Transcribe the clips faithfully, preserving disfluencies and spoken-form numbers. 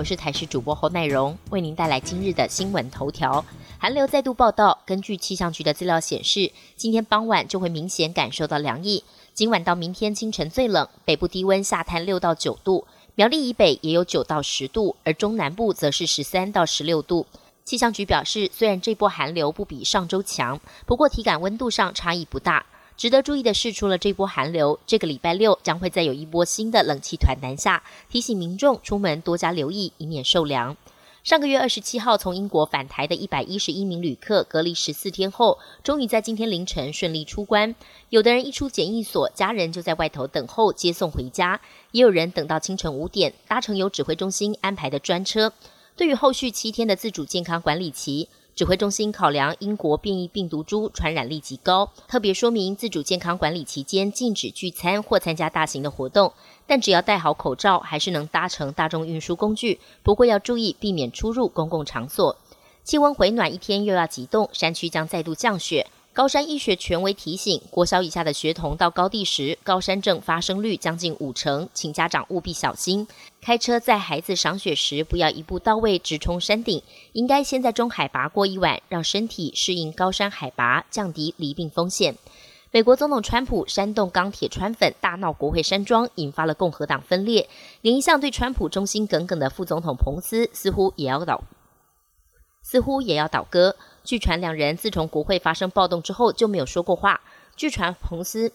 我是台视主播侯乃荣，为您带来今日的新闻头条。寒流再度报道，根据气象局的资料显示，今天傍晚就会明显感受到凉意。今晚到明天清晨最冷，北部低温下探六到九度，苗栗以北也有九到十度，而中南部则是十三到十六度。气象局表示，虽然这波寒流不比上周强，不过体感温度上差异不大。值得注意的是，除了这波寒流，这个礼拜六将会再有一波新的冷气团南下，提醒民众出门多加留意，以免受凉。上个月二十七号从英国返台的一百一十一名旅客隔离十四天后，终于在今天凌晨顺利出关。有的人一出检疫所，家人就在外头等候接送回家，也有人等到清晨五点，搭乘由指挥中心安排的专车。对于后续七天的自主健康管理期，指挥中心考量英国变异病毒株传染力极高，特别说明自主健康管理期间禁止聚餐或参加大型的活动，但只要戴好口罩，还是能搭乘大众运输工具，不过要注意避免出入公共场所。气温回暖一天又要急冻，山区将再度降雪。高山医学权威提醒，国小以下的学童到高地时，高山症发生率将近五成，请家长务必小心。开车载孩子赏雪时，不要一步到位直冲山顶，应该先在中海拔过一晚，让身体适应高山海拔，降低罹病风险。美国总统川普煽动钢铁川粉大闹国会山庄，引发了共和党分裂，连一向对川普忠心耿耿的副总统彭斯似乎也要倒似乎也要倒戈。据传两人自从国会发生暴动之后就没有说过话。据传彭斯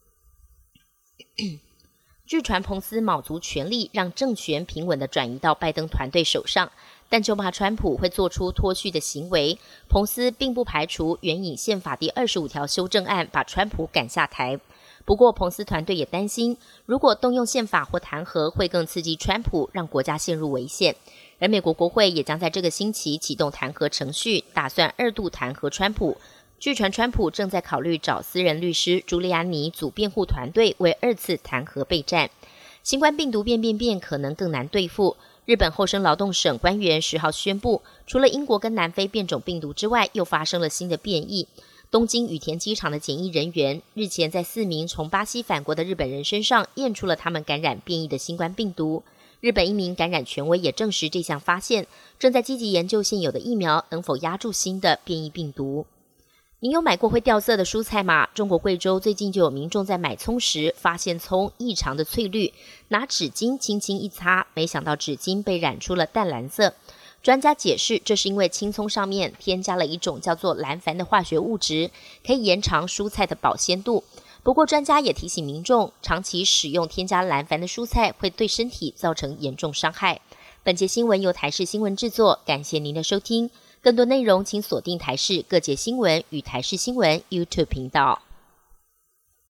据传彭斯卯足全力让政权平稳地转移到拜登团队手上，但就怕川普会做出脱序的行为。彭斯并不排除援引宪法第二十五条修正案把川普赶下台。不过彭斯团队也担心，如果动用宪法或弹劾，会更刺激川普，让国家陷入危险。而美国国会也将在这个星期启动弹劾程序，打算二度弹劾川普。据传川普正在考虑找私人律师朱利安尼组辩护团队为二次弹劾备战。新冠病毒变变变可能更难对付。日本厚生劳动省官员十号宣布，除了英国跟南非变种病毒之外，又发生了新的变异。东京羽田机场的检疫人员日前在四名从巴西返国的日本人身上验出了他们感染变异的新冠病毒。日本一名感染权威也证实这项发现，正在积极研究现有的疫苗能否压住新的变异病毒。您有买过会掉色的蔬菜吗？中国贵州最近就有民众在买葱时发现葱异常的翠绿，拿纸巾轻轻一擦，没想到纸巾被染出了淡蓝色。专家解释，这是因为青葱上面添加了一种叫做蓝矾的化学物质，可以延长蔬菜的保鲜度。不过专家也提醒民众，长期使用添加蓝矾的蔬菜会对身体造成严重伤害。本节新闻由台视新闻制作，感谢您的收听。更多内容请锁定台视各节新闻与台视新闻 YouTube 频道。